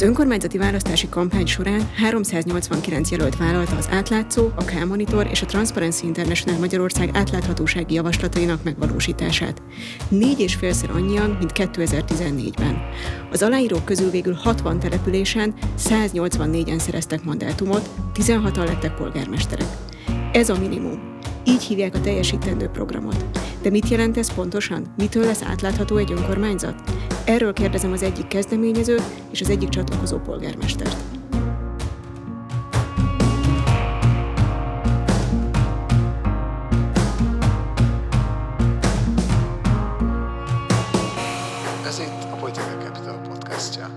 önkormányzati választási kampány során 389 jelölt vállalta az Átlátszó, a K-Monitor és a Transparency International Magyarország átláthatósági javaslatainak megvalósítását. 4,5-szer annyian, mint 2014-ben. Az aláírók közül végül 60 településen 184-en szereztek mandátumot, 16-an lettek polgármesterek. Ez a minimum. Így hívják a teljesítendő programot. De mit jelent ez pontosan? Mitől lesz átlátható egy önkormányzat? Erről kérdezem az egyik kezdeményezőt és az egyik csatlakozó polgármestert. Ez itt a Political Capital podcastja.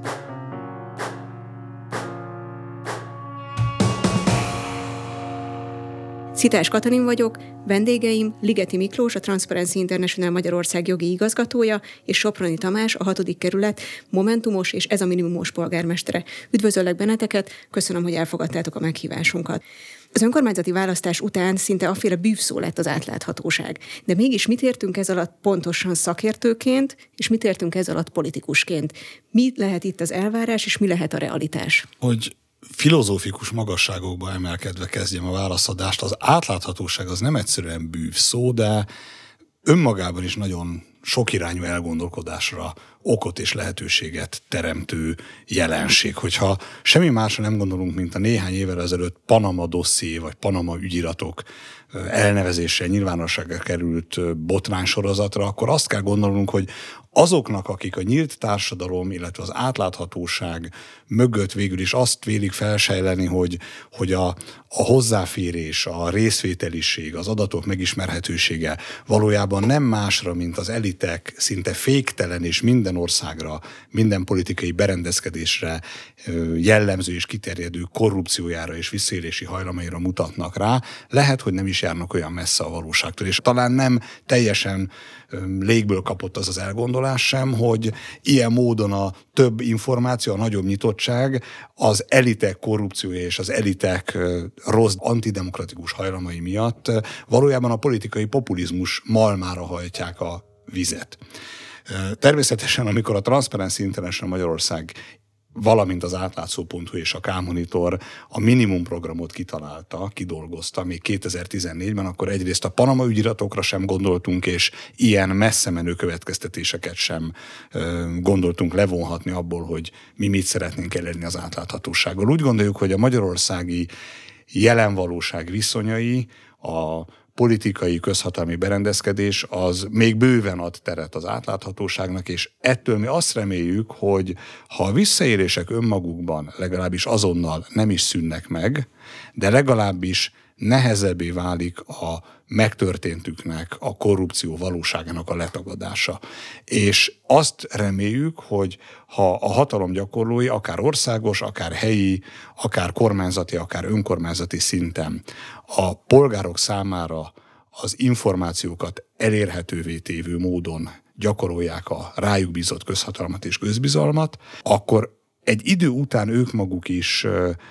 Szitás Katalin vagyok, vendégeim Ligeti Miklós, a Transparency International Magyarország jogi igazgatója, és Soproni Tamás, a 6. kerület momentumos és ez a minimumos polgármestere. Üdvözöllek benneteket, köszönöm, hogy elfogadtátok a meghívásunkat. Az önkormányzati választás után szinte afféle bűvszó lett az átláthatóság. De mégis mit értünk ez alatt pontosan szakértőként, és mit értünk ez alatt politikusként? Mi lehet itt az elvárás, és mi lehet a realitás? Hogy filozófikus magasságokba emelkedve kezdjem a válaszadást, az átláthatóság az nem egyszerűen bűvszó, de önmagában is nagyon sokirányú elgondolkodásra okot és lehetőséget teremtő jelenség. Hogyha semmi másra nem gondolunk, mint a néhány évvel ezelőtt Panama dosszié vagy Panama ügyiratok elnevezéssel nyilvánosságra került botránysorozatra, akkor azt kell gondolnunk, hogy azoknak, akik a nyílt társadalom, illetve az átláthatóság mögött végül is azt vélik felsejleni, hogy a hozzáférés, a részvételiség, az adatok megismerhetősége valójában nem másra, mint az elitek szinte féktelen és minden országra, minden politikai berendezkedésre jellemző és kiterjedő korrupciójára és visszaélési hajlamaira mutatnak rá, lehet, hogy nem is járnak olyan messze a valóságtól. És talán nem teljesen légből kapott az elgondolás sem, hogy ilyen módon a több információ, a nagyobb nyitottság az elitek korrupciója és az elitek rossz antidemokratikus hajlamai miatt valójában a politikai populizmus malmára hajtják a vizet. Természetesen, amikor a Transparency International Magyarország, valamint az átlátszó.hu és a K-Monitor a minimum programot kidolgozta még 2014-ben, akkor egyrészt a Panama ügyiratokra sem gondoltunk, és ilyen messze menő következtetéseket sem gondoltunk levonhatni abból, hogy mi mit szeretnénk elérni az átláthatósággal. Úgy gondoljuk, hogy a magyarországi jelen valóság viszonyai, a politikai közhatalmi berendezkedés az még bőven ad teret az átláthatóságnak, és ettől mi azt reméljük, hogy ha a visszaélések önmagukban legalábbis azonnal nem is szűnnek meg, de legalábbis nehezebbé válik a megtörténtüknek, a korrupció valóságának a letagadása. És azt reméljük, hogy ha a hatalomgyakorlói akár országos, akár helyi, akár kormányzati, akár önkormányzati szinten a polgárok számára az információkat elérhetővé tévő módon gyakorolják a rájuk bízott közhatalmat és közbizalmat, akkor egy idő után ők maguk is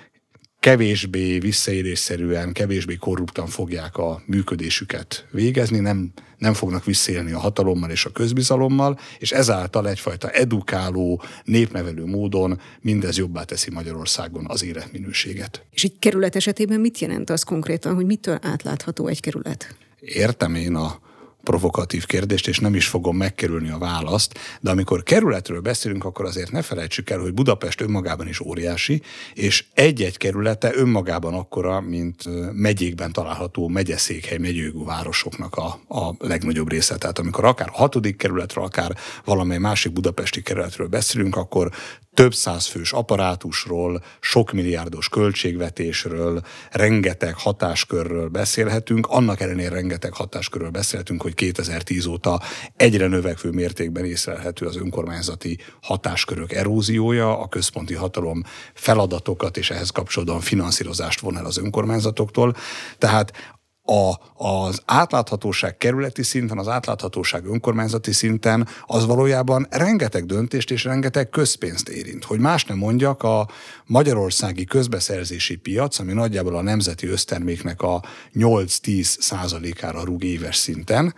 kevésbé visszaélésszerűen, kevésbé korruptan fogják a működésüket végezni, nem fognak visszaélni a hatalommal és a közbizalommal, és ezáltal egyfajta edukáló, népnevelő módon mindez jobbá teszi Magyarországon az életminőséget. És egy kerület esetében mit jelent az konkrétan, hogy mitől átlátható egy kerület? Értem én a provokatív kérdést, és nem is fogom megkerülni a választ, de amikor kerületről beszélünk, akkor azért ne felejtsük el, hogy Budapest önmagában is óriási, és egy-egy kerülete önmagában akkora, mint megyékben található megyeszékhely, megyőjogú városoknak a legnagyobb része. Tehát amikor akár a 6. kerületről, akár valamely másik budapesti kerületről beszélünk, akkor több száz fős apparátusról, sok milliárdos költségvetésről, rengeteg hatáskörről beszélhetünk, annak ellenére rengeteg hatáskörről beszélhetünk, hogy 2010 óta egyre növekvő mértékben észlelhető az önkormányzati hatáskörök eróziója, a központi hatalom feladatokat és ehhez kapcsolódóan finanszírozást von el az önkormányzatoktól. Tehát az átláthatóság kerületi szinten, az átláthatóság önkormányzati szinten az valójában rengeteg döntést és rengeteg közpénzt érint. Hogy más nem mondjak, a magyarországi közbeszerzési piac, ami nagyjából a nemzeti összterméknek a 8-10%-ára rúg éves szinten,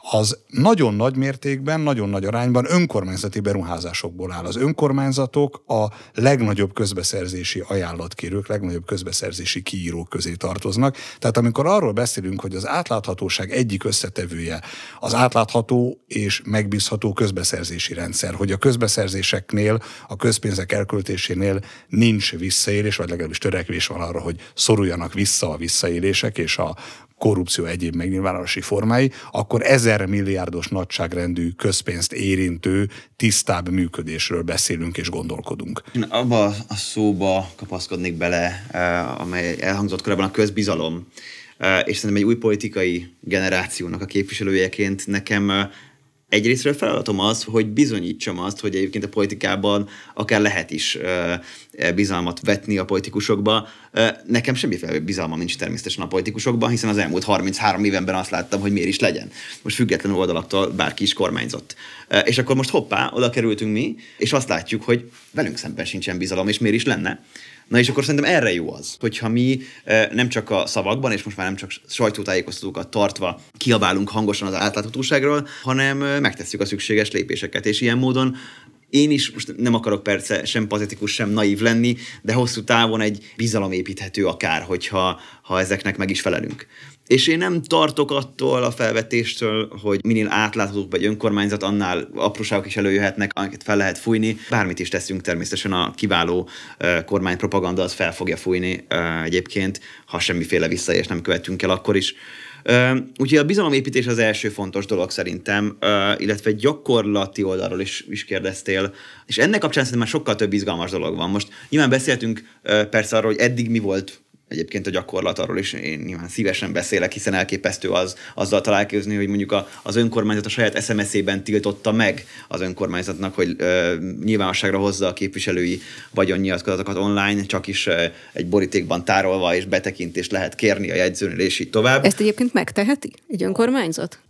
az nagyon nagy mértékben, nagyon nagy arányban önkormányzati beruházásokból áll. Az önkormányzatok a legnagyobb közbeszerzési ajánlatkérők, legnagyobb közbeszerzési kiírók közé tartoznak. Tehát amikor arról beszélünk, hogy az átláthatóság egyik összetevője az átlátható és megbízható közbeszerzési rendszer, hogy a közbeszerzéseknél, a közpénzek elköltésénél nincs visszaélés, vagy legalábbis törekvés van arra, hogy szoruljanak vissza a visszaélések és a korrupció egyéb megnyilvánulási formái, akkor 1000 milliárdos nagyságrendű közpénzt érintő, tisztább működésről beszélünk és gondolkodunk. Én abba a szóba kapaszkodnék bele, amely elhangzott korábban, a közbizalom. És szerintem egy új politikai generációnak a képviselőjeként nekem egyrésztről feladatom az, hogy bizonyítsam azt, hogy egyébként a politikában akár lehet is bizalmat vetni a politikusokba. Nekem semmiféle bizalmam nincs természetesen a politikusokban, hiszen az elmúlt 33 évenben azt láttam, hogy miért is legyen. Most függetlenül oldalaktól bárki is kormányzott. És akkor most hoppá, oda kerültünk mi, és azt látjuk, hogy velünk szemben sincsen bizalom, és miért is lenne. Na és akkor szerintem erre jó az, hogyha mi nem csak a szavakban, és most már nem csak sajtótájékoztatókat tartva kiabálunk hangosan az átláthatóságról, hanem megtesszük a szükséges lépéseket. És ilyen módon én is most nem akarok persze sem patetikus, sem naív lenni, de hosszú távon egy bizalom építhető akár, hogyha ezeknek meg is felelünk. És én nem tartok attól a felvetéstől, hogy minél átláthatóbb egy önkormányzat, annál apróságok is előjöhetnek, amiket fel lehet fújni. Bármit is teszünk, természetesen a kiváló kormánypropaganda az fel fogja fújni egyébként, ha semmiféle visszaélés nem követünk el akkor is. Úgyhogy a bizalomépítés az első fontos dolog szerintem, illetve gyakorlati oldalról is kérdeztél, és ennek kapcsán szerintem már sokkal több izgalmas dolog van. Most nyilván beszéltünk persze arról, hogy eddig mi volt egyébként a gyakorlat, arról is én nyilván szívesen beszélek, hiszen elképesztő azzal találkozni, hogy mondjuk az önkormányzat a saját SMS-ében tiltotta meg az önkormányzatnak, hogy nyilvánosságra hozza a képviselői vagyonnyilatkozatokat online, csak is egy borítékban tárolva, és betekintést lehet kérni a jegyzőnél, és így tovább. Ezt egyébként megteheti egy önkormányzat?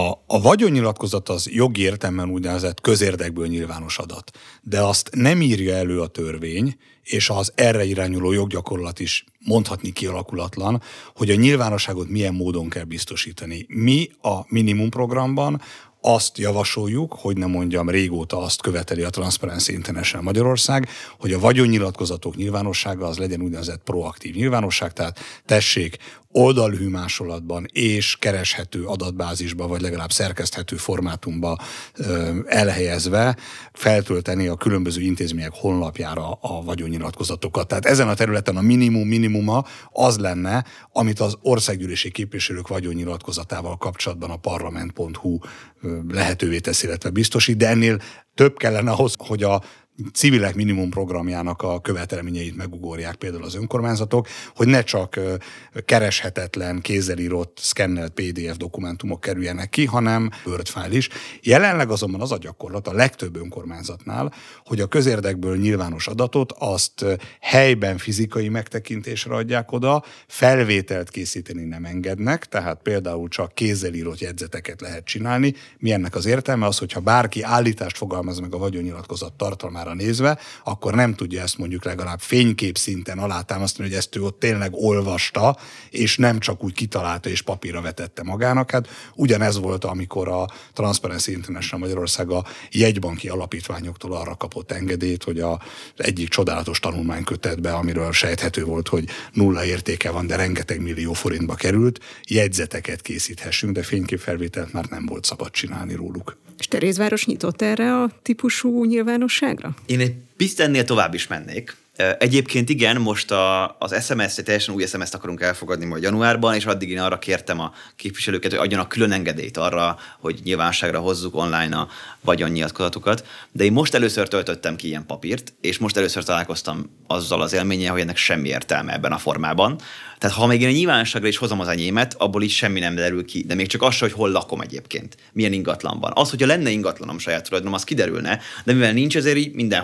A vagyonnyilatkozat az jogi értelemben úgynevezett közérdekből nyilvános adat, de azt nem írja elő a törvény, és az erre irányuló joggyakorlat is mondhatni kialakulatlan, hogy a nyilvánosságot milyen módon kell biztosítani. Mi a minimum programban azt javasoljuk, hogy nem mondjam, régóta azt követeli a Transparency International Magyarország, hogy a vagyonnyilatkozatok nyilvánossága az legyen úgynevezett proaktív nyilvánosság, tehát tessék oldalhű másolatban és kereshető adatbázisba, vagy legalább szerkeszthető formátumba elhelyezve feltölteni a különböző intézmények honlapjára a vagyonnyilatkozatokat. Tehát ezen a területen a minimuma az lenne, amit az országgyűlési képviselők vagyonnyilatkozatával kapcsolatban a parlament.hu lehetővé teszi, illetve biztosít, de ennél több kellene ahhoz, hogy a civilek minimum programjának a követelményeit megugorják például az önkormányzatok, hogy ne csak kereshetetlen, kézzel írott, szkennelt PDF dokumentumok kerüljenek ki, hanem Word file is. Jelenleg azonban az a gyakorlat a legtöbb önkormányzatnál, hogy a közérdekből nyilvános adatot azt helyben fizikai megtekintésre adják oda, felvételt készíteni nem engednek, tehát például csak kézzel írott jegyzeteket lehet csinálni. Mi ennek az értelme az, hogyha bárki állítást fogalmaz meg a vagyonnyilatkozat tartalmára nézve, akkor nem tudja ezt mondjuk legalább fénykép szinten alátámasztani, hogy ezt ő ott tényleg olvasta, és nem csak úgy kitalálta és papírra vetette magának. Hát ugyanez volt, amikor a Transparency International Magyarország a jegybanki alapítványoktól arra kapott engedélyt, hogy az egyik csodálatos tanulmánykötetbe, amiről sejthető volt, hogy nulla értéke van, de rengeteg millió forintba került, jegyzeteket készíthessünk, de fényképfelvételt már nem volt szabad csinálni róluk. És Terézváros nyitott erre a típusú nyilvánosságra? Én egy picit ennél tovább is mennék. Egyébként igen, most az SMS-t, teljesen új SMS-t akarunk elfogadni majd januárban, és addig én arra kértem a képviselőket, hogy adjanak külön engedélyt arra, hogy nyilvánosságra hozzuk online a vagyonnyilatkozatokat. De én most először töltöttem ki ilyen papírt, és most először találkoztam azzal az élménnyel, hogy ennek semmi értelme ebben a formában. Tehát ha még én a nyilvánosságra is hozom az enyémet, abból is semmi nem derül ki. De még csak az, hogy hol lakom egyébként, milyen ingatlanban. Az, hogyha lenne ingatlanom saját tulajdonom, az kiderülne, de mivel nincs, ezért így mindenhol a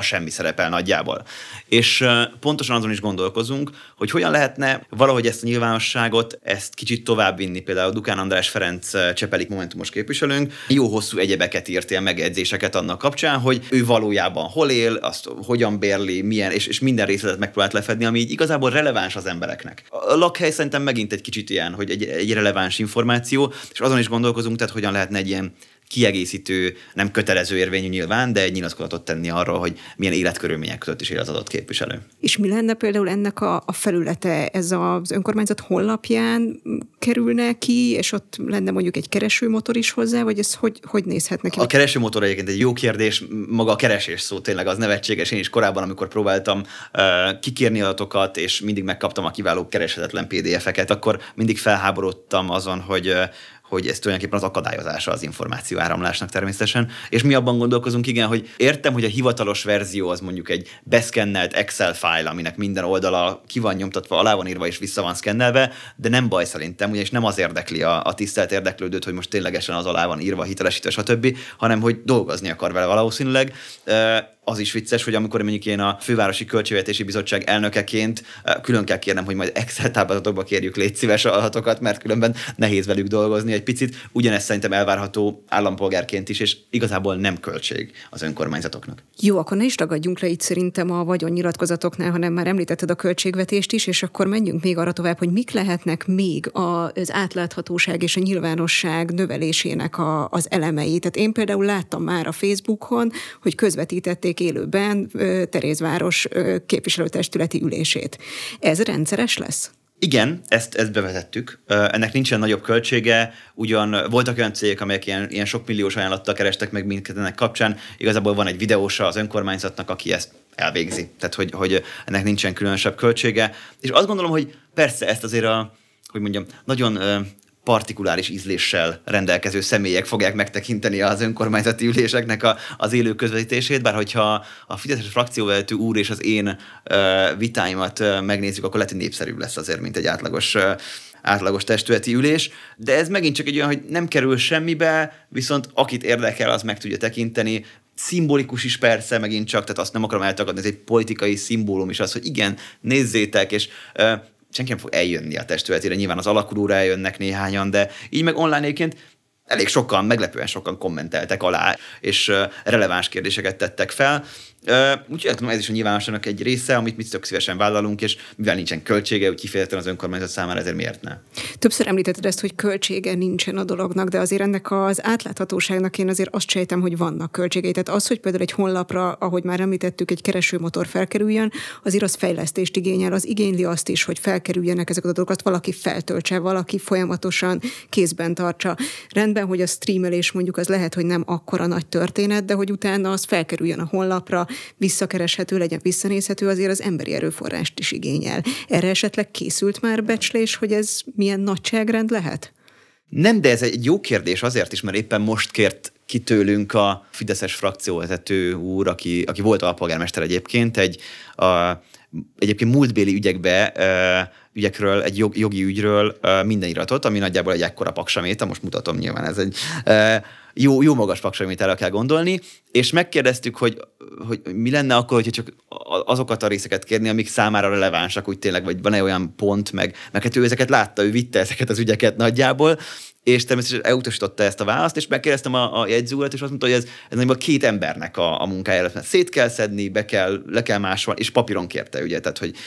semmi szerepel nagyjából. És pontosan azon is gondolkozunk, hogy hogyan lehetne valahogy ezt a nyilvánosságot, ezt kicsit továbbvinni. Például Dukán András Ferenc Csepelik momentumos képviselőnk jó hosszú egyebeket írt, ilyen megjegyzéseket annak kapcsán, hogy ő valójában hol él, azt hogyan bérli, milyen, és minden részletet megpróbált lefedni, ami így igazából releváns az embereknek. A lakhely szerintem megint egy kicsit ilyen, hogy egy releváns információ, és azon is gondolkozunk, tehát hogyan lehetne egy ilyen kiegészítő, nem kötelező érvényű nyilván, de egy nyilatkozatot tenni arról, hogy milyen életkörülmények között is él az adott képviselő. És mi lenne például ennek a felülete? Ez az önkormányzat honlapján kerülne ki, és ott lenne mondjuk egy keresőmotor is hozzá, vagy ez hogy nézhetne ki? A keresőmotor egyébként egy jó kérdés, maga a keresés szó tényleg az nevetséges. Én is korábban, amikor próbáltam kikérni adatokat, és mindig megkaptam a kiváló kereshetetlen PDF-eket, akkor mindig felháborodtam azon, hogy ez tulajdonképpen az akadályozása az információ áramlásnak természetesen. És mi abban gondolkozunk, igen, hogy értem, hogy a hivatalos verzió az mondjuk egy beszkennelt Excel file, aminek minden oldala ki van nyomtatva, alá van írva és vissza van szkennelve, de nem baj szerintem, ugyanis nem az érdekli a tisztelt érdeklődőt, hogy most ténylegesen az alá van írva, hitelesítve, stb., hanem hogy dolgozni akar vele valószínűleg. Az is vicces, hogy amikor mondjuk én a Fővárosi Költségvetési Bizottság elnökeként külön kell kérnem, hogy majd Excel táblázatokba kérjük légy szíves adatokat, mert különben nehéz velük dolgozni egy picit. Ugyanezt szerintem elvárható állampolgárként is, és igazából nem költség az önkormányzatoknak. Jó, akkor ne is ragadjunk le itt szerintem a vagyonnyilatkozatoknál, hanem már említetted a költségvetést is, és akkor menjünk még arra tovább, hogy mik lehetnek még az átláthatóság és a nyilvánosság növelésének az elemei. Tehát én például láttam már a Facebookon, hogy közvetítették élőben Terézváros képviselőtestületi ülését. Ez rendszeres lesz? Igen, ezt bevezettük. Ennek nincsen nagyobb költsége, ugyan voltak olyan cégek, amelyek ilyen sok milliós ajánlattal kerestek meg minket ennek kapcsán. Igazából van egy videósa az önkormányzatnak, aki ezt elvégzi. Tehát, hogy ennek nincsen különösebb költsége. És azt gondolom, hogy persze ezt azért nagyon partikuláris ízléssel rendelkező személyek fogják megtekinteni az önkormányzati üléseknek az élő közvetítését, bár hogyha a Fideszes frakcióvezető úr és az én vitáimat megnézzük, akkor lehet, hogy népszerűbb lesz azért, mint egy átlagos testületi ülés, de ez megint csak egy olyan, hogy nem kerül semmibe, viszont akit érdekel, az meg tudja tekinteni. Szimbolikus is persze, megint csak, tehát azt nem akarom eltagadni, ez egy politikai szimbólum is az, hogy igen, nézzétek, és senki nem fog eljönni a testületére, nyilván az alakulóra eljönnek néhányan, de így meg online egyébként elég sokan, meglepően sokan kommenteltek alá, és releváns kérdéseket tettek fel. Úgyhogy ez is a nyilvánosságnak egy része, amit mi tök szívesen vállalunk, és mivel nincsen költsége, úgy kifejezetten az önkormányzat számára, ezért miért ne? Többször említetted ezt, hogy költsége nincsen a dolognak, de azért ennek az átláthatóságnak én azért azt sejtem, hogy vannak költségei. Tehát az, hogy például egy honlapra, ahogy már említettük, egy keresőmotor felkerüljön, azért az fejlesztést igényel, az igényli azt is, hogy felkerüljenek ezek a dolgokat, valaki feltöltse, valaki folyamatosan kézben tartsa. Rendben, hogy a streamelés mondjuk az lehet, hogy nem akkora nagy történet, de hogy utána az felkerüljön a honlapra, visszakereshető legyen, visszanézhető, azért az emberi erőforrást is igényel. Erre esetleg készült már becslés, hogy ez milyen nagyságrend lehet? Nem, de ez egy jó kérdés azért is, mert éppen most kért ki tőlünk a Fideszes frakcióvezető úr, aki volt alpolgármester egyébként, egyébként múltbéli ügyekről, egy jogi ügyről minden iratot, ami nagyjából egy ekkora paksaméta, most mutatom nyilván, ez egy jó magas paksaméterre kell gondolni, és megkérdeztük, hogy mi lenne akkor, hogyha csak azokat a részeket kérni, amik számára relevánsak, úgy tényleg, vagy van-e olyan pont, meg hát ő ezeket látta, ő vitte ezeket az ügyeket nagyjából, és természetesen elutasította ezt a választ, és megkérdeztem a jegyzőurat, és azt mondta, hogy ez nagyjából 2 embernek a munkája, mert szét kell szedni, le kell másolni, és papíron kérte, ugye, tehát, hogy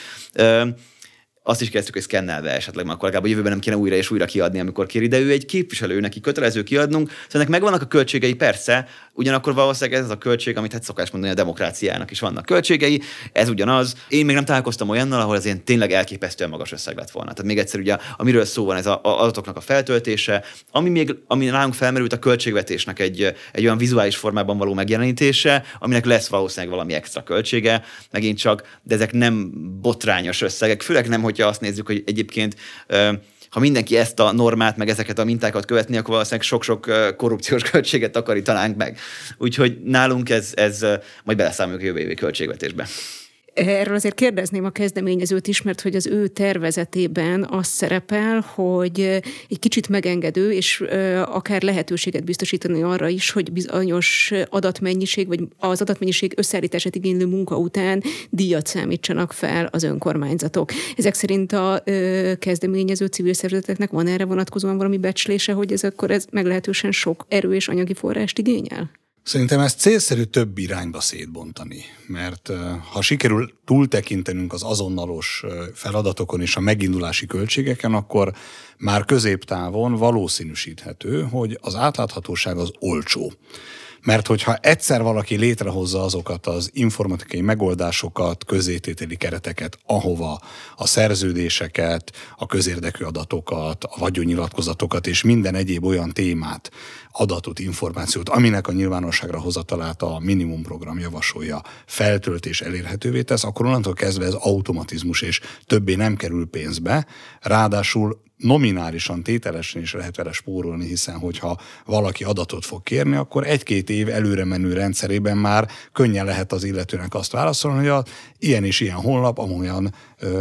azt is kezdtük, hogy szkennelve esetleg, mert akkor legalább a jövőben nem kéne újra és újra kiadni, amikor kéri, de ő egy képviselő, neki kötelező kiadnunk, szóval ennek megvannak a költségei, persze, ugyanakkor valószínűleg ez az a költség, amit hát szokás mondani, a demokráciának is vannak költségei, ez ugyanaz. Én még nem találkoztam olyannal, ahol ez ilyen tényleg elképesztően magas összeg lett volna. Tehát még egyszer ugye, amiről szó van, ez az adatoknak a feltöltése, ami nálunk felmerült a költségvetésnek egy olyan vizuális formában való megjelenítése, aminek lesz valószínűleg valami extra költsége, megint csak, de ezek nem botrányos összegek, főleg nem, hogyha azt nézzük, hogy egyébként ha mindenki ezt a normát, meg ezeket a mintákat követni, akkor valószínűleg sok-sok korrupciós költséget takarítanánk meg. Úgyhogy nálunk ez majd beleszámoljuk a jövő évi költségvetésbe. Erről azért kérdezném a kezdeményezőt is, mert hogy az ő tervezetében az szerepel, hogy egy kicsit megengedő, és akár lehetőséget biztosítani arra is, hogy bizonyos adatmennyiség, vagy az adatmennyiség összeállítását igénylő munka után díjat számítsanak fel az önkormányzatok. Ezek szerint a kezdeményező civil szervezeteknek van erre vonatkozóan valami becslése, hogy ez meglehetősen sok erő és anyagi forrást igényel? Szerintem ezt célszerű több irányba szétbontani, mert ha sikerül túltekintenünk az azonnalos feladatokon és a megindulási költségeken, akkor már középtávon valószínűsíthető, hogy az átláthatóság az olcsó. Mert hogyha egyszer valaki létrehozza azokat az informatikai megoldásokat, közzétételi kereteket, ahova a szerződéseket, a közérdekű adatokat, a vagyonnyilatkozatokat és minden egyéb olyan témát, adatot, információt, aminek a nyilvánosságra hozatalát a minimum program javasolja, feltöltés elérhetővé tesz, akkor onnantól kezdve ez automatizmus és többé nem kerül pénzbe, ráadásul nominálisan, tételesen is lehet vele spórolni, hiszen hogyha valaki adatot fog kérni, akkor 1-2 év előre menő rendszerében már könnyen lehet az illetőnek azt válaszolni, hogy ilyen és ilyen honlap, amolyan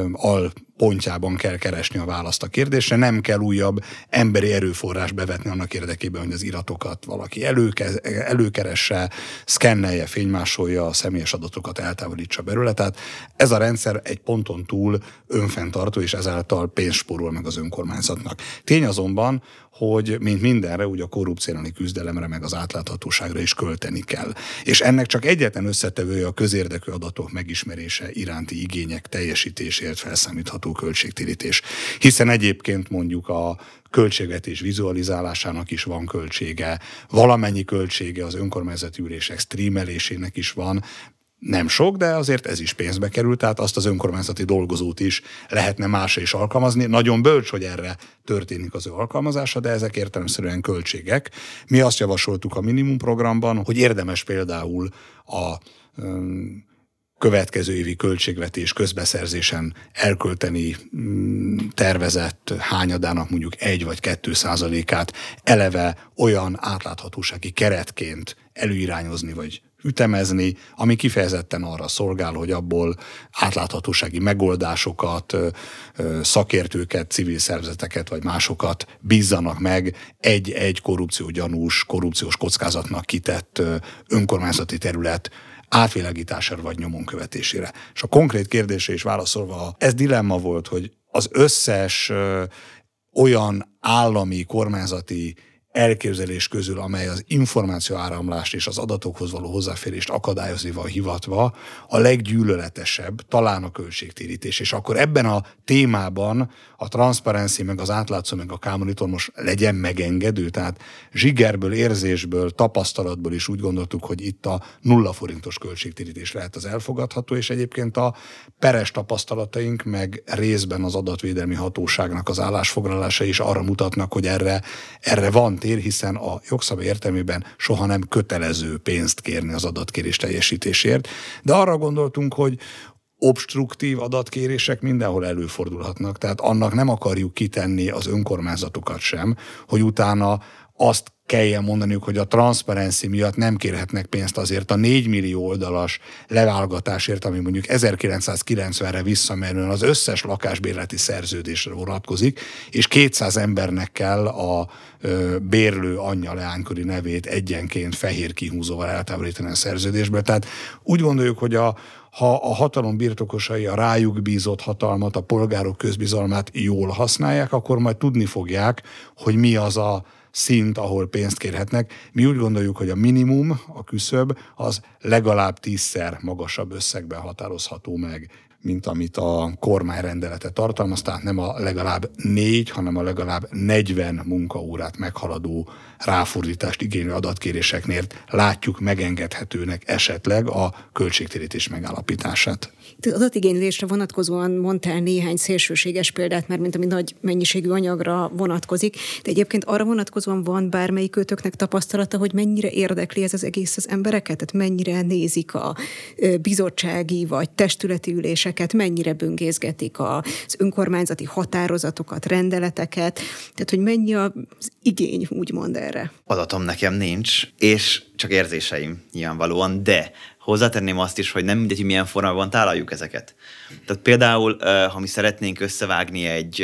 alpontjában kell keresni a választ a kérdésre, nem kell újabb emberi erőforrás bevetni annak érdekében, hogy az iratokat valaki előkeresse, szkennelje, fénymásolja, a személyes adatokat eltávolítsa belőle. Tehát ez a rendszer egy ponton túl önfenntartó, és ezáltal pénzt spórol meg az önkormányzatnak. Tény azonban, hogy mint mindenre, úgy a korrupció elleni küzdelemre, meg az átláthatóságra is költeni kell. És ennek csak egyetlen összetevője a közérdekű adatok megismerése iránti igények teljesítéséért felszámítható költségtérítés. Hiszen egyébként mondjuk a költségvetés vizualizálásának is van költsége, valamennyi költsége az önkormányzati ülések streamelésének is van. Nem sok, de azért ez is pénzbe kerül, tehát azt az önkormányzati dolgozót is lehetne másra is alkalmazni. Nagyon bölcs, hogy erre történik az ő alkalmazása, de ezek értelemszerűen költségek. Mi azt javasoltuk a minimum programban, hogy érdemes például a következő évi költségvetés közbeszerzésen elkölteni tervezett hányadának mondjuk 1 vagy 2%-át eleve olyan átláthatósági keretként előirányozni vagy ütemezni, ami kifejezetten arra szolgál, hogy abból átláthatósági megoldásokat, szakértőket, civil szervezeteket vagy másokat bízzanak meg egy korrupciógyanús, korrupciós kockázatnak kitett önkormányzati terület átvilágítására vagy nyomon követésére. És a konkrét kérdésre is válaszolva, ez dilemma volt, hogy az összes olyan állami, kormányzati elképzelés közül, amely az információáramlást és az adatokhoz való hozzáférést akadályozni van hivatva, a leggyűlöletesebb talán a költségtérítés. És akkor ebben a témában a Transparency, meg az átlátszó, meg a K-Monitor most legyen megengedő, tehát zsigerből, érzésből, tapasztalatból is úgy gondoltuk, hogy itt a 0 forintos költségtérítés lehet az elfogadható, és egyébként a peres tapasztalataink, meg részben az adatvédelmi hatóságnak az állásfoglalása is arra mutatnak, hogy erre van tér, hiszen a jogszabály értelmében soha nem kötelező pénzt kérni az adatkérés teljesítésért, de arra gondoltunk, hogy obstruktív adatkérések mindenhol előfordulhatnak, tehát annak nem akarjuk kitenni az önkormányzatokat sem, hogy utána azt kelljen mondaniuk, hogy a Transparency miatt nem kérhetnek pénzt azért a 4 millió oldalas leválogatásért, ami mondjuk 1990-re visszamenően az összes lakásbérleti szerződésre vonatkozik, és 200 embernek kell a bérlő anyja leányköri nevét egyenként fehér kihúzóval eltávolítani a szerződésből. Tehát úgy gondoljuk, hogy ha a hatalom birtokosai a rájuk bízott hatalmat, a polgárok közbizalmát jól használják, akkor majd tudni fogják, hogy mi az a szint, ahol pénzt kérhetnek. Mi úgy gondoljuk, hogy a minimum, a küszöb, az legalább 10-szer magasabb összegben határozható meg, mint amit a kormányrendelete tartalmaz, tehát nem a legalább 4, hanem a legalább 40 munkaórát meghaladó ráfordítást igénylő adatkéréseknél látjuk megengedhetőnek esetleg a költségtérítés megállapítását. Az adatigénylésre vonatkozóan mondtál néhány szélsőséges példát, mert mint ami nagy mennyiségű anyagra vonatkozik, de egyébként arra vonatkozóan van bármelyik őtöknek tapasztalata, hogy mennyire érdekli ez az egész az embereket, tehát mennyire nézik a bizottsági vagy testületi ülések döntéseket, mennyire böngészgetik az önkormányzati határozatokat, rendeleteket, tehát hogy mennyi az igény, úgymond erre. Adatom nekem nincs, és csak érzéseim nyilvánvalóan, de hozzátenném azt is, hogy nem mindegy, hogy milyen formában tálaljuk ezeket. Tehát például, ha mi szeretnénk összevágni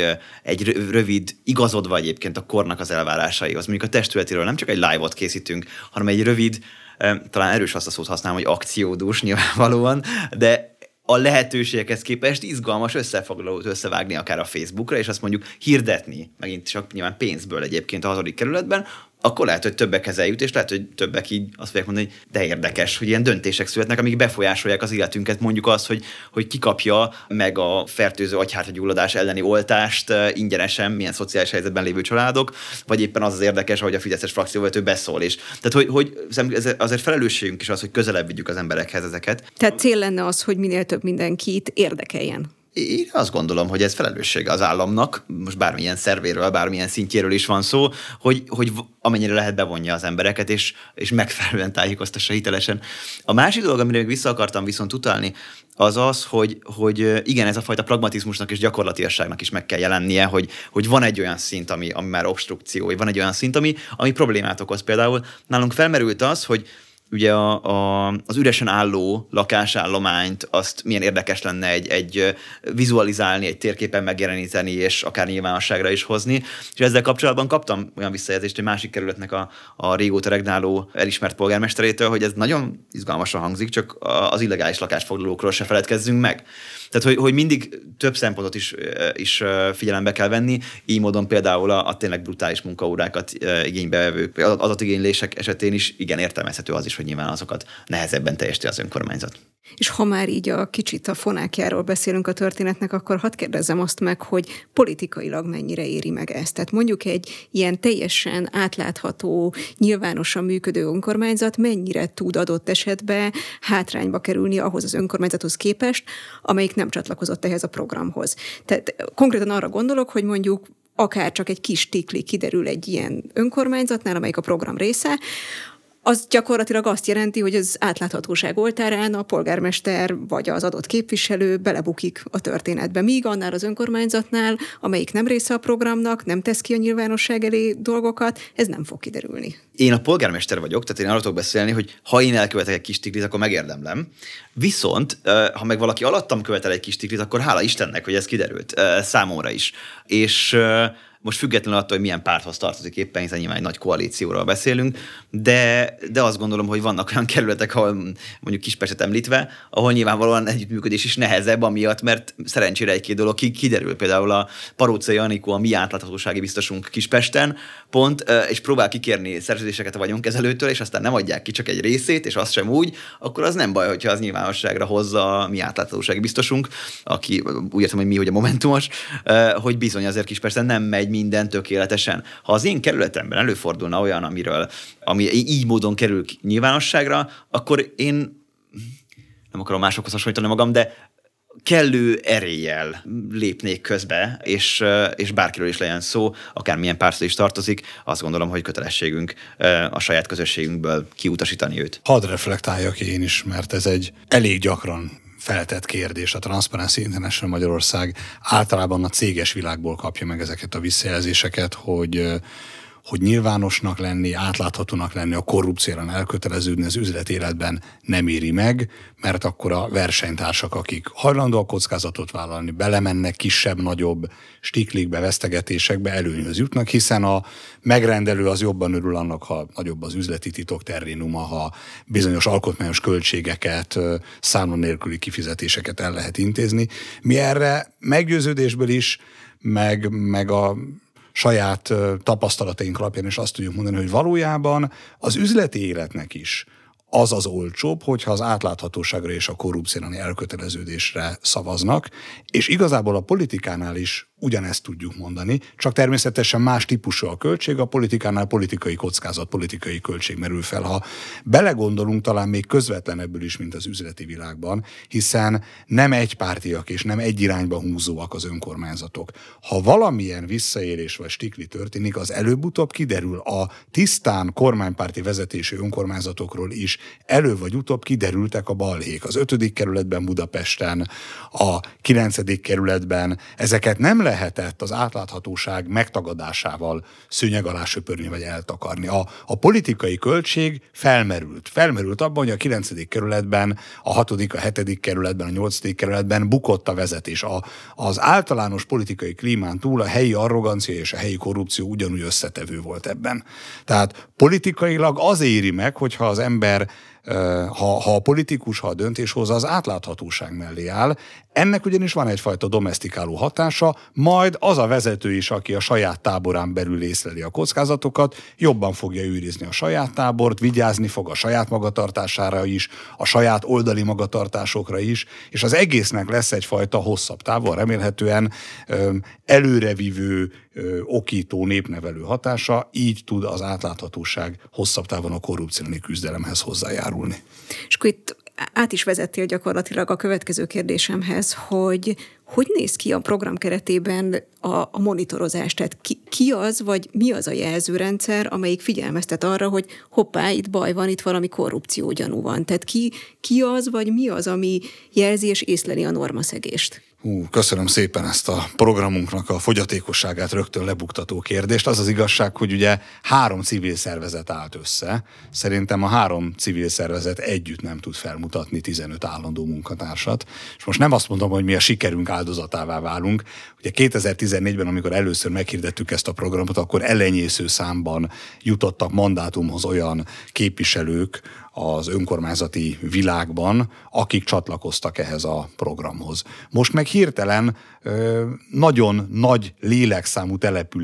egy rövid, igazodva egyébként a kornak az elvárásaihoz, mondjuk a testületiről nem csak egy live-ot készítünk, hanem egy rövid, talán erős azt a szót használom, hogy akciódús nyilvánvalóan, de a lehetőségekhez képest izgalmas összefoglalót összevágni akár a Facebookra, és azt mondjuk hirdetni, megint csak nyilván pénzből egyébként a 6. kerületben, akkor lehet, hogy többekhez eljut, és lehet, hogy többek így azt fogják mondani, hogy de érdekes, hogy ilyen döntések születnek, amik befolyásolják az életünket. Mondjuk az, hogy ki kapja meg a fertőző agyhártyagyulladás elleni oltást ingyenesen, milyen szociális helyzetben lévő családok, vagy éppen az érdekes, ahogy a Fideszes frakcióvezető beszól is. Tehát, hogy ez azért felelősségünk is az, hogy közelebb vigyük az emberekhez ezeket. Tehát cél lenne az, hogy minél több mindenkit érdekeljen. Én azt gondolom, hogy ez felelőssége az államnak, most bármilyen szervéről, bármilyen szintjéről is van szó, hogy amennyire lehet bevonja az embereket, és megfelelően tájékoztassa hitelesen. A másik dolog, amire még vissza akartam viszont utalni, az az, hogy igen, ez a fajta pragmatizmusnak és gyakorlatiasságnak is meg kell jelennie, hogy van egy olyan szint, ami már obstrukció, vagy van egy olyan szint, ami problémát okoz. Például nálunk felmerült az, hogy ugye az üresen álló lakásállományt, azt milyen érdekes lenne egy vizualizálni, egy térképen megjeleníteni, és akár nyilvánosságra is hozni. És ezzel kapcsolatban kaptam olyan visszajelzést egy másik kerületnek a régóta regnáló elismert polgármesterétől, hogy ez nagyon izgalmasan hangzik, csak az illegális lakásfoglalókról se feledkezzünk meg. Tehát, hogy mindig több szempontot is figyelembe kell venni, így módon például a tényleg brutális munkaórákat igénybe vevők, adatigénylések esetén is igen értelmezhető az is, hogy nyilván azokat nehezebben teljesíti az önkormányzat. És ha már így kicsit a fonákjáról beszélünk a történetnek, akkor hadd kérdezzem azt meg, hogy politikailag mennyire éri meg ezt. Tehát mondjuk egy ilyen teljesen átlátható, nyilvánosan működő önkormányzat mennyire tud adott esetben hátrányba kerülni ahhoz az önkormányzathoz képest, amelyik nem csatlakozott ehhez a programhoz. Tehát konkrétan arra gondolok, hogy mondjuk akár csak egy kis tikli kiderül egy ilyen önkormányzatnál, amelyik a program része, az gyakorlatilag azt jelenti, hogy az átláthatóság oltárán a polgármester vagy az adott képviselő belebukik a történetbe. Míg annál az önkormányzatnál, amelyik nem része a programnak, nem tesz ki a nyilvánosság elé dolgokat, ez nem fog kiderülni. Én a polgármester vagyok, tehát én arról tudok beszélni, hogy ha én elkövetek egy kis tiklit, akkor megérdemlem. Viszont, ha meg valaki alattam követel egy kis tiklit, akkor hála Istennek, hogy ez kiderült számomra is. És most függetlenül attól, hogy milyen párthoz tartozik éppen, hiszen nyilván egy nagy koalícióról beszélünk, de azt gondolom, hogy vannak olyan kerületek, ahol mondjuk Kispestet említve, ahol nyilvánvalóan együttműködés is nehezebb amiatt, mert szerencsére egy-két dolog kiderül. Például a Paróczai Anikó, a mi átláthatósági biztosunk Kispesten pont, és próbál kikérni szerződéseket a vagyonkezelőtől, és aztán nem adják ki csak egy részét, és azt sem úgy, akkor az nem baj, hogyha az nyilvánosságra hozza a mi átláthatósági biztosunk, aki úgy értem, hogy mi, hogy a Momentumos, hogy bizony azért Kispesten nem megy minden tökéletesen. Ha az én kerületemben előfordulna olyan, ami így módon kerül nyilvánosságra, akkor én nem akarom másokhoz hasonlítani magam, de kellő eréllyel lépnék közbe, és bárkiről is legyen szó, akármilyen párthoz is tartozik, azt gondolom, hogy kötelességünk a saját közösségünkből kiutasítani őt. Hadd reflektáljak én is, mert ez egy elég gyakran feltett kérdés. A Transparency International Magyarország általában a céges világból kapja meg ezeket a visszajelzéseket, hogy nyilvánosnak lenni, átláthatónak lenni, a korrupcióra elköteleződni az üzleti életben nem éri meg, mert akkor a versenytársak, akik hajlandóak kockázatot vállalni, belemennek kisebb-nagyobb stiklikbe, vesztegetésekbe, előnyhöz jutnak, hiszen a megrendelő az jobban örül annak, ha nagyobb az üzleti titok terrénuma, ha bizonyos alkotmányos költségeket, számla nélküli kifizetéseket el lehet intézni. Mi erre meggyőződésből is, meg a saját tapasztalataink alapján is azt tudjuk mondani, hogy valójában az üzleti életnek is az olcsóbb, hogyha az átláthatóságra és a korrupcióra elköteleződésre szavaznak, és igazából a politikánál is ugyanezt tudjuk mondani, csak természetesen más típusú a költség, a politikánál politikai kockázat, politikai költség merül fel. Ha belegondolunk, talán még közvetlenebbül is, mint az üzleti világban, hiszen nem egypártiak és nem egy irányba húzóak az önkormányzatok. Ha valamilyen visszaélés vagy stikli történik, az előbb-utóbb kiderül. A tisztán kormánypárti vezetésű önkormányzatokról is elő vagy utóbb kiderültek a balhék. Az 5. kerületben Budapesten, a 9. kerületben ezeket nem lehetett az átláthatóság megtagadásával szőnyeg alá söpörni vagy eltakarni. A politikai költség felmerült abban, hogy a 9. kerületben, a 6., a 7. kerületben, a 8. kerületben bukott a vezetés. Az általános politikai klímán túl a helyi arrogancia és a helyi korrupció ugyanúgy összetevő volt ebben. Tehát politikailag az éri meg, hogyha az ember, ha a politikus, ha a döntéshozó az átláthatóság mellé áll, ennek ugyanis van egyfajta domesztikáló hatása, majd az a vezető is, aki a saját táborán belül észleli a kockázatokat, jobban fogja őrizni a saját tábort, vigyázni fog a saját magatartására is, a saját oldali magatartásokra is, és az egésznek lesz egyfajta hosszabb távon remélhetően előrevívő, okító, népnevelő hatása, így tud az átláthatóság hosszabb távon a korrupciós küzdelemhez hozzájárulni. És akkor itt át is vezettél gyakorlatilag a következő kérdésemhez, hogy néz ki a program keretében a monitorozás? Tehát ki az, vagy mi az a jelzőrendszer, amelyik figyelmeztet arra, hogy hoppá, itt baj van, itt valami korrupció gyanú van. Tehát ki az, vagy mi az, ami jelzi és észleli a normaszegést? Köszönöm szépen ezt a programunknak a fogyatékosságát rögtön lebuktató kérdést. Az az igazság, hogy ugye 3 civil szervezet állt össze. Szerintem a 3 civil szervezet együtt nem tud felmutatni 15 állandó munkatársat. És most nem azt mondom, hogy mi a sikerünk áldozatává válunk. Ugye 2014-ben, amikor először meghirdettük ezt a programot, akkor elenyésző számban jutottak mandátumhoz olyan képviselők az önkormányzati világban, akik csatlakoztak ehhez a programhoz. Most meg hirtelen nagyon nagy lélekszámú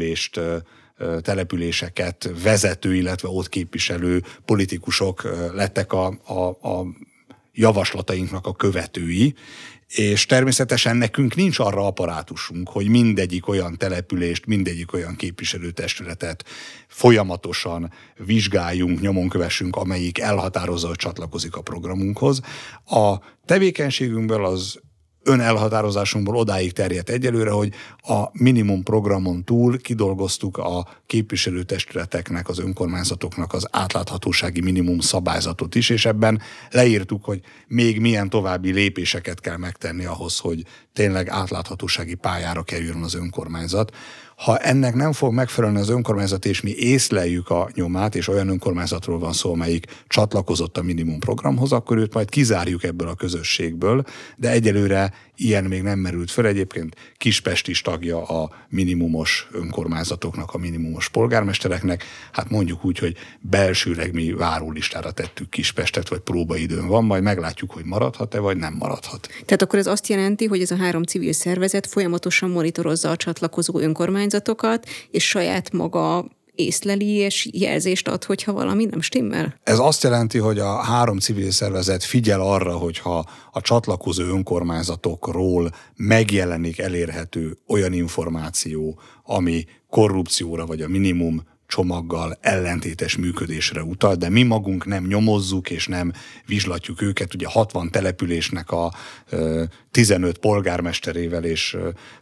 településeket vezető, illetve ott képviselő politikusok lettek a javaslatainknak a követői, és természetesen nekünk nincs arra apparátusunk, hogy mindegyik olyan települést, mindegyik olyan képviselőtestületet folyamatosan vizsgáljunk, nyomon kövessünk, amelyik elhatározza, hogy csatlakozik a programunkhoz. A tevékenységünkből, az önelhatározásunkból odáig terjedt egyelőre, hogy a minimum programon túl kidolgoztuk a képviselőtestületeknek, az önkormányzatoknak az átláthatósági minimum szabályzatot is, és ebben leírtuk, hogy még milyen további lépéseket kell megtenni ahhoz, hogy tényleg átláthatósági pályára kerüljön az önkormányzat. Ha ennek nem fog megfelelni az önkormányzat, és mi észleljük a nyomát, és olyan önkormányzatról van szó, amelyik csatlakozott a minimum programhoz, akkor őt majd kizárjuk ebből a közösségből, de egyelőre ilyen még nem merült fel. Egyébként Kispest is tagja a minimumos önkormányzatoknak, a minimumos polgármestereknek. Hát mondjuk úgy, hogy belsőleg mi várólistára tettük Kispestet, vagy próbaidőn van, majd meglátjuk, hogy maradhat-e, vagy nem maradhat. Tehát akkor ez azt jelenti, hogy ez a 3 civil szervezet folyamatosan monitorozza a csatlakozó önkormányzatokat, és saját maga észleli és jelzést ad, hogyha valami nem stimmel? Ez azt jelenti, hogy a 3 civil szervezet figyel arra, hogyha a csatlakozó önkormányzatokról megjelenik, elérhető olyan információ, ami korrupcióra vagy a minimum csomaggal ellentétes működésre utal, de mi magunk nem nyomozzuk és nem vizslatjuk őket. Ugye 60 településnek a 15 polgármesterével és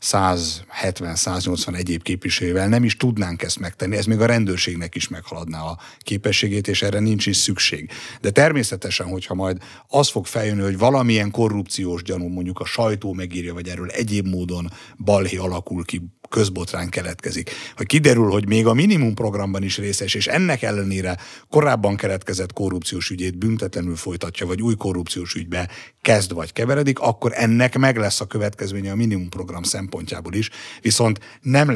170-180 egyéb képviselővel nem is tudnánk ezt megtenni. Ez még a rendőrségnek is meghaladná a képességét, és erre nincs is szükség. De természetesen, hogyha majd az fog feljönni, hogy valamilyen korrupciós gyanú, mondjuk a sajtó megírja, vagy erről egyéb módon balhé alakul ki, közbotrány keletkezik, hogy kiderül, hogy még a minimum programban is részes, és ennek ellenére korábban keletkezett korrupciós ügyét büntetlenül folytatja, vagy új korrupciós ügybe kezd vagy keveredik, akkor ennek meg lesz a következménye a minimum program szempontjából is, viszont nem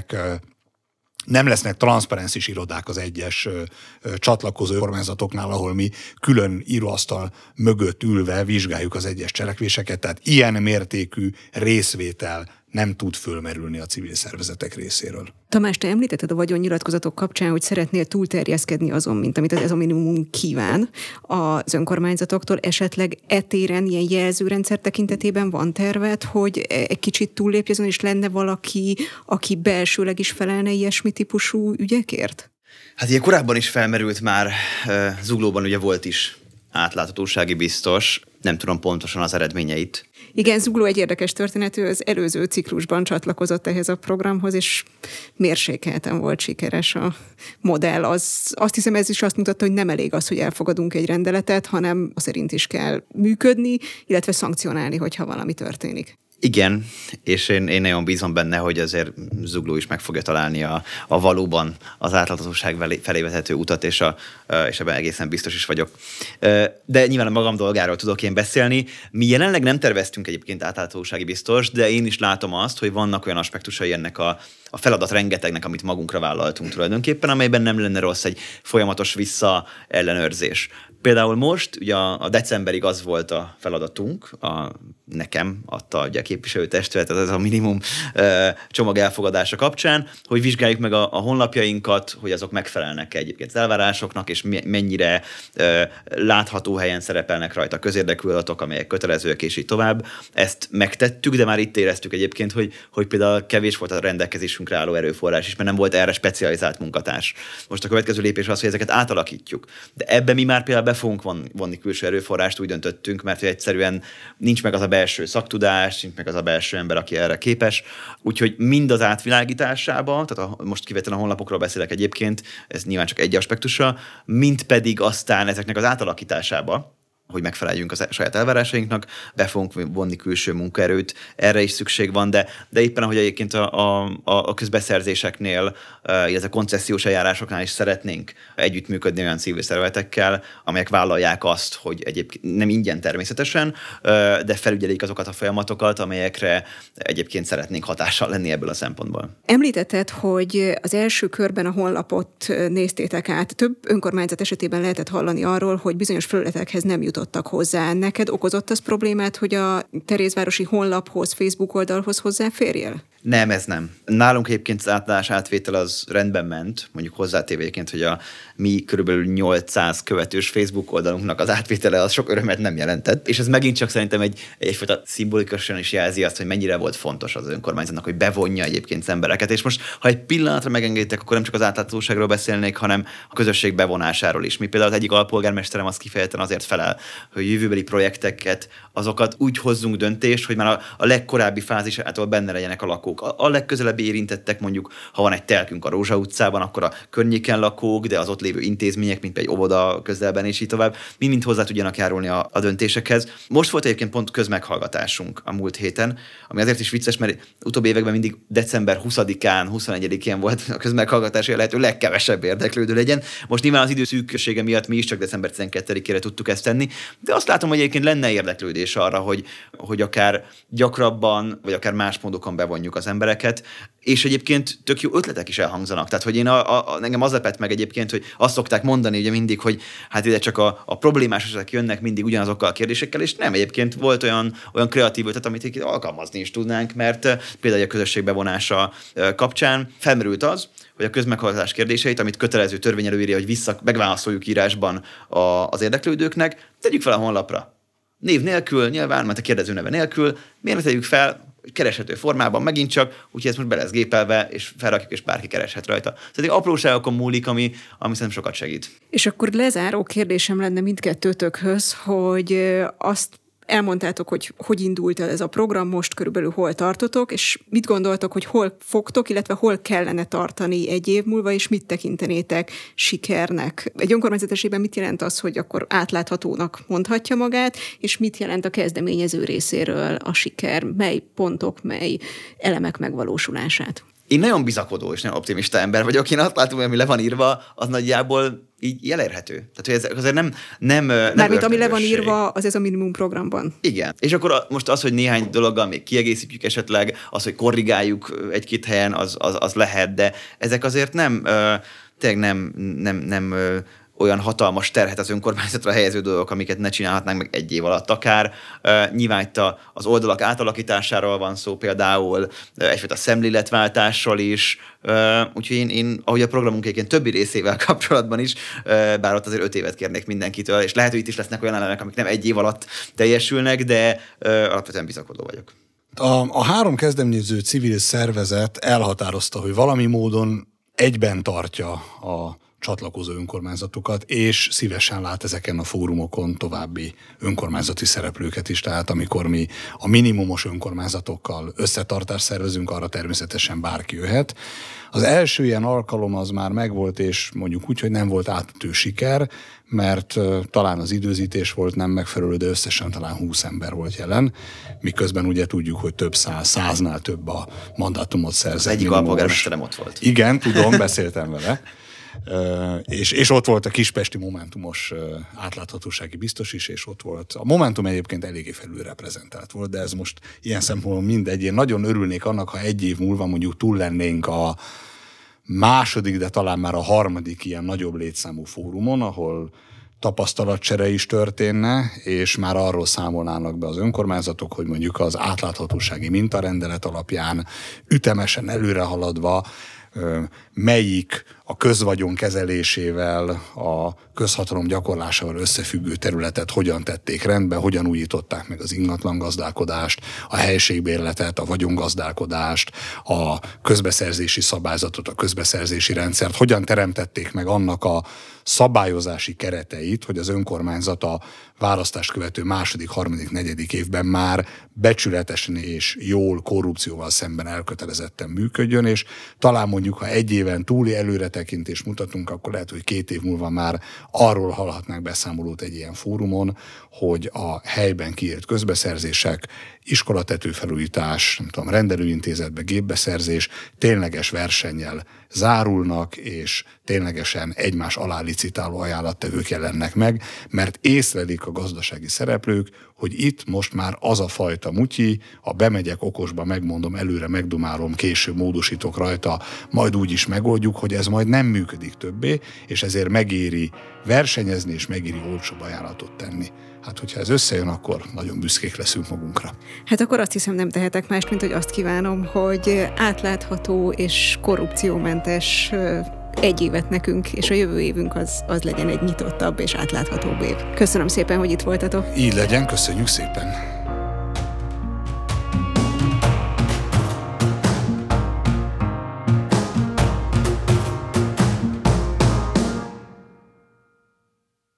lesznek transzparencis irodák az egyes csatlakozó kormányzatoknál, ahol mi külön íróasztal mögött ülve vizsgáljuk az egyes cselekvéseket, tehát ilyen mértékű részvétel nem tud fölmerülni a civil szervezetek részéről. Tamás, te említetted a vagyonnyilatkozatok kapcsán, hogy szeretnél túlterjeszkedni azon, mint amit ez a minimum kíván az önkormányzatoktól. Esetleg téren ilyen jelzőrendszer tekintetében van terved, hogy egy kicsit túllépj azon, és lenne valaki, aki belsőleg is felelne ilyesmi típusú ügyekért? Hát ugye korábban is felmerült már, Zuglóban ugye volt is átláthatósági biztos, nem tudom pontosan az eredményeit. Igen, Zugló egy érdekes történetű, az előző ciklusban csatlakozott ehhez a programhoz, és mérsékelten volt sikeres a modell. Azt hiszem, ez is azt mutatta, hogy nem elég az, hogy elfogadunk egy rendeletet, hanem szerint is kell működni, illetve szankcionálni, hogyha valami történik. Igen, és én nagyon bízom benne, hogy azért Zugló is meg fogja találni a valóban az átláthatóság felé vezető utat, és ebben egészen biztos is vagyok. De nyilván a magam dolgáról tudok én beszélni. Mi jelenleg nem terveztünk egyébként átláthatósági biztos, de én is látom azt, hogy vannak olyan aspektusai ennek a feladat rengetegnek, amit magunkra vállaltunk tulajdonképpen, amelyben nem lenne rossz egy folyamatos visszaellenőrzés. Például most, ugye a decemberig az volt a feladatunk, nekem adta ugye a képviselőtestület, ez a minimum csomag elfogadása kapcsán, hogy vizsgáljuk meg a honlapjainkat, hogy azok megfelelnek egyébként az elvárásoknak, és mennyire látható helyen szerepelnek rajta közérdekű adatok, amelyek kötelezőek, és így tovább. Ezt megtettük, de már itt éreztük egyébként, hogy például kevés volt a rendelkezésünkre álló erőforrás is, mert nem volt erre specializált munkatárs. Most a következő lépés az, hogy ezeket átalakítjuk. De ebben mi már például be fogunk vonni külső erőforrást, úgy döntöttünk, mert hogy egyszerűen nincs meg az a belső szaktudás, nincs meg az a belső ember, aki erre képes. Úgyhogy mind az átvilágításában, tehát most kivetően a honlapokról beszélek egyébként, ez nyilván csak egy aspektusa, mind pedig aztán ezeknek az átalakításába, hogy megfeleljünk a saját elvárásainknak, be fogunk vonni külső munkaerőt, erre is szükség van, de éppen ahogy egyébként a közbeszerzéseknél, illetve koncesziós eljárásoknál is szeretnénk együttműködni olyan civil szervezetekkel, amelyek vállalják azt, hogy egyébként nem ingyen természetesen, de felügyelik azokat a folyamatokat, amelyekre egyébként szeretnénk hatással lenni ebből a szempontból. Említetted, hogy az első körben a honlapot néztétek át. Több önkormányzat esetében lehetett hallani arról, hogy bizonyos felületekhez nem jutottak hozzá. Neked okozott az problémát, hogy a Terézvárosi honlaphoz, Facebook oldalhoz hozzáférjél? Nem, ez nem. Nálunk egyébként az átlátás átvétel az rendben ment, mondjuk hozzátéve egyébként, hogy a mi körülbelül 800 követős Facebook oldalunknak az átvétele az sok örömet nem jelentett. És ez megint csak szerintem egyfajta szimbolikusan is jelzi azt, hogy mennyire volt fontos az önkormányzatnak, hogy bevonja egyébként az embereket. És most, ha egy pillanatra megengeditek, akkor nem csak az átláthatóságról beszélnék, hanem a közösség bevonásáról is. Mi például az egyik alpolgármesterem az kifejezetten azért felel, hogy jövőbeli projekteket, azokat úgy hozzunk döntést, hogy már a legkorábbi fázisától benne legyenek a lakók. A legközelebbi érintettek, mondjuk, ha van egy telkünk a Rózsa utcában, akkor a környéken lakók, de az ott lévő intézmények, mint egy óvoda közelben, és így tovább, mind hozzá tudjanak járulni a döntésekhez. Most volt egyébként pont közmeghallgatásunk a múlt héten, ami azért is vicces, mert utóbbi években mindig december 20-án, 21-én volt a közmeghallgatás, hogy a lehető legkevesebb érdeklődő legyen. Most nyilván az idő szűkössége miatt mi is csak december 12-ére tudtuk ezt tenni, de azt látom, hogy egyébként lenne érdeklődés arra, hogy akár gyakrabban, vagy akár más módokon bevonjuk az embereket, és egyébként tök jó ötletek is elhangzanak. Tehát, hogy én engem az lepett meg egyébként, hogy azt szokták mondani ugye mindig, hogy hát ide csak a problémás esetek jönnek mindig ugyanazokkal a kérdésekkel, és nem, egyébként volt olyan kreatív ötlet, amit alkalmazni is tudnánk, mert például a közösség bevonása kapcsán felmerült az, hogy a közmeghallgatás kérdéseit, amit kötelező törvény előírja, hogy megválaszoljuk írásban az érdeklődőknek, tegyük fel a honlapra. Név nélkül, nyilván, mert a kérdező neve nélkül, miért tegyük fel kereshető formában megint csak, úgyhogy ez most be lesz gépelve, és felrakjuk, és bárki kereshet rajta. Szóval apróságokon múlik, ami szerintem sokat segít. És akkor lezáró kérdésem lenne mindkettőtökhöz, hogy azt elmondtátok, hogy indult el ez a program, most körülbelül hol tartotok, és mit gondoltok, hogy hol fogtok, illetve hol kellene tartani egy év múlva, és mit tekintenétek sikernek? Egy önkormányzat esetében mit jelent az, hogy akkor átláthatónak mondhatja magát, és mit jelent a kezdeményező részéről a siker? Mely pontok, mely elemek megvalósulását? Én nagyon bizakodó és nagyon optimista ember vagyok. Én azt látom, hogy ami le van írva, az nagyjából így elérhető. Tehát, hogy ez azért nem mármint ami le van írva, az ez a minimum programban. Igen. És akkor most az, hogy néhány dologgal még kiegészítjük esetleg, az, hogy korrigáljuk egy-két helyen, az lehet, de ezek azért tényleg nem olyan hatalmas terhet az önkormányzatra helyező dolgok, amiket ne csinálhatnánk meg egy év alatt akár. Nyilván itt az oldalak átalakításáról van szó például, egyfajta szemléletváltásról is, úgyhogy én ahogy a programunk egyébként többi részével kapcsolatban is, bár ott azért 5 évet kérnék mindenkitől, és lehet, hogy itt is lesznek olyan elemek, amik nem egy év alatt teljesülnek, de alapvetően bizakodó vagyok. A 3 kezdeményező civil szervezet elhatározta, hogy valami módon egyben tartja a csatlakozó önkormányzatokat, és szívesen lát ezeken a fórumokon további önkormányzati szereplőket is, tehát amikor mi a minimumos önkormányzatokkal összetartást szervezünk, arra természetesen bárki jöhet. Az első ilyen alkalom az már megvolt, és mondjuk úgy, hogy nem volt átütő siker, mert talán az időzítés volt nem megfelelő, de összesen talán 20 ember volt jelen, miközben ugye tudjuk, hogy több száznál több a mandátumot szerzett. Az egyik alpolgármesterem ott volt. Igen, tudom, beszéltem vele. És ott volt a kispesti momentumos átláthatósági biztos is, és ott volt. A Momentum egyébként eléggé felülreprezentált volt, de ez most ilyen szempontból mindegy. Én nagyon örülnék annak, ha egy év múlva mondjuk túl lennénk a második, de talán már a harmadik ilyen nagyobb létszámú fórumon, ahol tapasztalatcsere is történne, és már arról számolnának be az önkormányzatok, hogy mondjuk az átláthatósági mintarendelet alapján ütemesen előre haladva melyik a közvagyon kezelésével, a közhatalom gyakorlásával összefüggő területet hogyan tették rendbe, hogyan újították meg az ingatlan gazdálkodást, a helységbérletet, a vagyongazdálkodást, a közbeszerzési szabályzatot, a közbeszerzési rendszert, hogyan teremtették meg annak a szabályozási kereteit, hogy az önkormányzat a választást követő második, harmadik, negyedik évben már becsületesen és jól korrupcióval szemben elkötelezetten működjön, és talán mondjuk, ha egy éven túli előretekintést mutatunk, akkor lehet, hogy 2 év múlva már arról hallhatnánk beszámolót egy ilyen fórumon, hogy a helyben kiírt közbeszerzések, iskolatetőfelújítás, nem tudom, rendelőintézetbe gépbeszerzés tényleges versennyel zárulnak, és ténylegesen egymás alá licitáló ajánlattevők jelennek meg, mert észlelik a gazdasági szereplők, hogy itt most már az a fajta mutyi, ha bemegyek okosba, megmondom, előre megdumálom, később módosítok rajta, majd úgy is megoldjuk, hogy ez majd nem működik többé, és ezért megéri versenyezni, és megéri olcsóbb ajánlatot tenni. Hát, hogyha ez összejön, akkor nagyon büszkék leszünk magunkra. Hát akkor azt hiszem, nem tehetek mást, mint hogy azt kívánom, hogy átlátható és korrupciómentes egy évet nekünk, és a jövő évünk az legyen egy nyitottabb és átláthatóbb év. Köszönöm szépen, hogy itt voltatok. Így legyen, köszönjük szépen.